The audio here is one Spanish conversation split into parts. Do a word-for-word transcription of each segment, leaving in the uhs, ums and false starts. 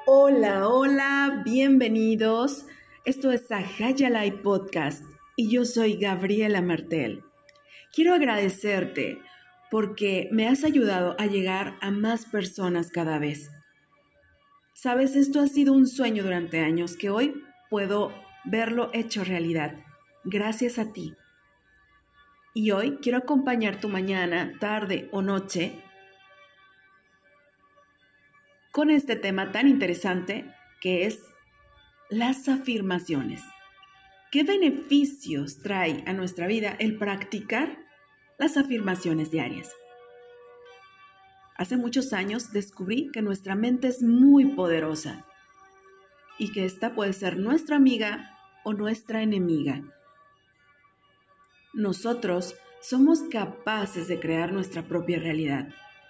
Hola, hola, bienvenidos. Esto es Sajayalai Podcast y yo soy Gabriela Martel. Quiero agradecerte porque me has ayudado a llegar a más personas cada vez. Sabes, esto ha sido un sueño durante años que hoy puedo verlo hecho realidad, gracias a ti. Y hoy quiero acompañar tu mañana, tarde o noche con este tema tan interesante que es las afirmaciones. ¿Qué beneficios trae a nuestra vida el practicar las afirmaciones diarias? Hace muchos años descubrí que nuestra mente es muy poderosa y que esta puede ser nuestra amiga o nuestra enemiga. Nosotros somos capaces de crear nuestra propia realidad.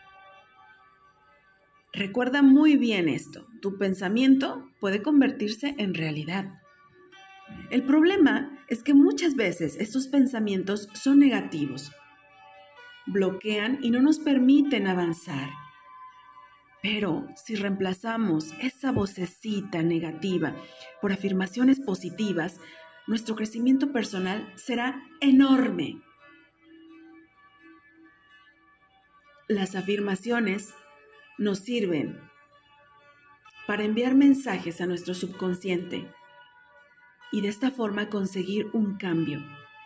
Recuerda muy bien esto, tu pensamiento puede convertirse en realidad. El problema es que muchas veces estos pensamientos son negativos, bloquean y no nos permiten avanzar. Pero si reemplazamos esa vocecita negativa por afirmaciones positivas, nuestro crecimiento personal será enorme. Las afirmaciones nos sirven para enviar mensajes a nuestro subconsciente y de esta forma conseguir un cambio.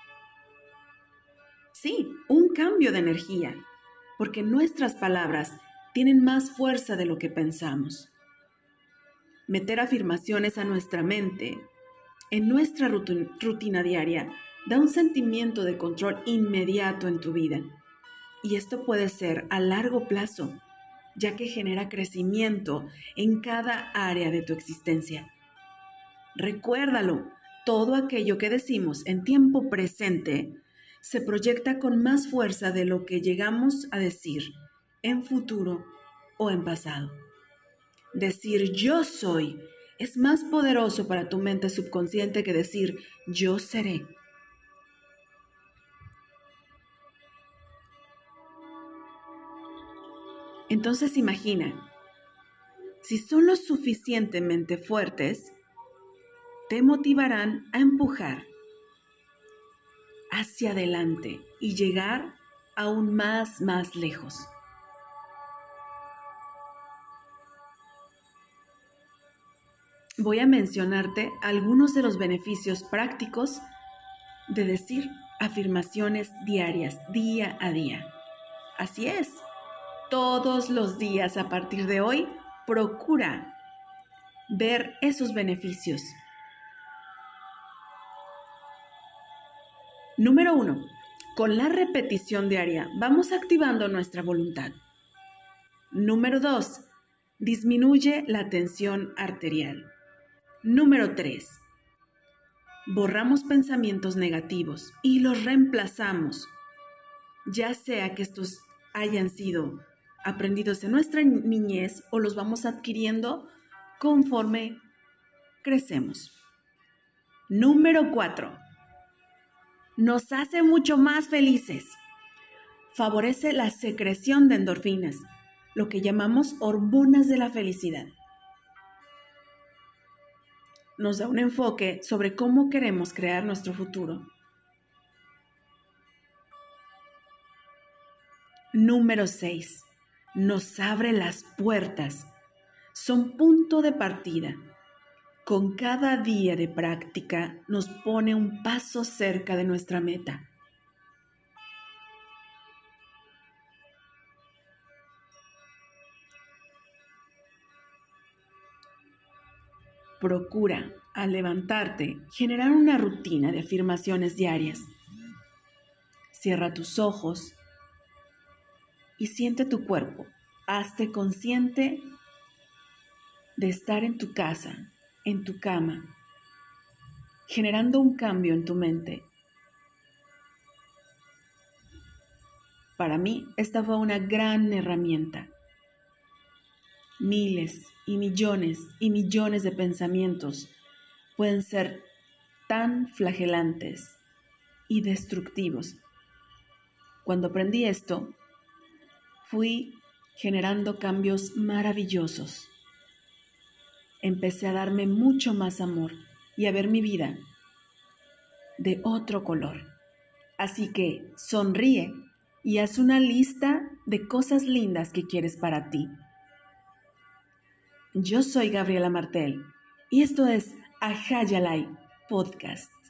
Sí, un cambio de energía, porque nuestras palabras tienen más fuerza de lo que pensamos. Meter afirmaciones a nuestra mente, en nuestra rutina diaria, da un sentimiento de control inmediato en tu vida. Y esto puede ser a largo plazo, ya que genera crecimiento en cada área de tu existencia. Recuérdalo, todo aquello que decimos en tiempo presente se proyecta con más fuerza de lo que llegamos a decir en futuro o en pasado. Decir yo soy es más poderoso para tu mente subconsciente que decir yo seré. Entonces imagina, si son lo suficientemente fuertes, te motivarán a empujar hacia adelante y llegar aún más, más lejos. Voy a mencionarte algunos de los beneficios prácticos de decir afirmaciones diarias, día a día. Así es, todos los días a partir de hoy, procura ver esos beneficios. Número uno, con la repetición diaria vamos activando nuestra voluntad. Número dos, disminuye la tensión arterial. Número tres, borramos pensamientos negativos y los reemplazamos, ya sea que estos hayan sido aprendidos en nuestra niñez o los vamos adquiriendo conforme crecemos. Número cuatro, nos hace mucho más felices. Favorece la secreción de endorfinas, lo que llamamos hormonas de la felicidad. Nos da un enfoque sobre cómo queremos crear nuestro futuro. Número seis. Nos abre las puertas. Son punto de partida. Con cada día de práctica nos pone un paso cerca de nuestra meta. Procura, al levantarte, generar una rutina de afirmaciones diarias. Cierra tus ojos y siente tu cuerpo. Hazte consciente de estar en tu casa, en tu cama, generando un cambio en tu mente. Para mí, esta fue una gran herramienta. Miles y millones y millones de pensamientos pueden ser tan flagelantes y destructivos. Cuando aprendí esto, fui generando cambios maravillosos. empecé a darme mucho más amor y a ver mi vida de otro color. Así que sonríe y haz una lista de cosas lindas que quieres para ti. Yo soy Gabriela Martel y esto es Ajayalay Podcast.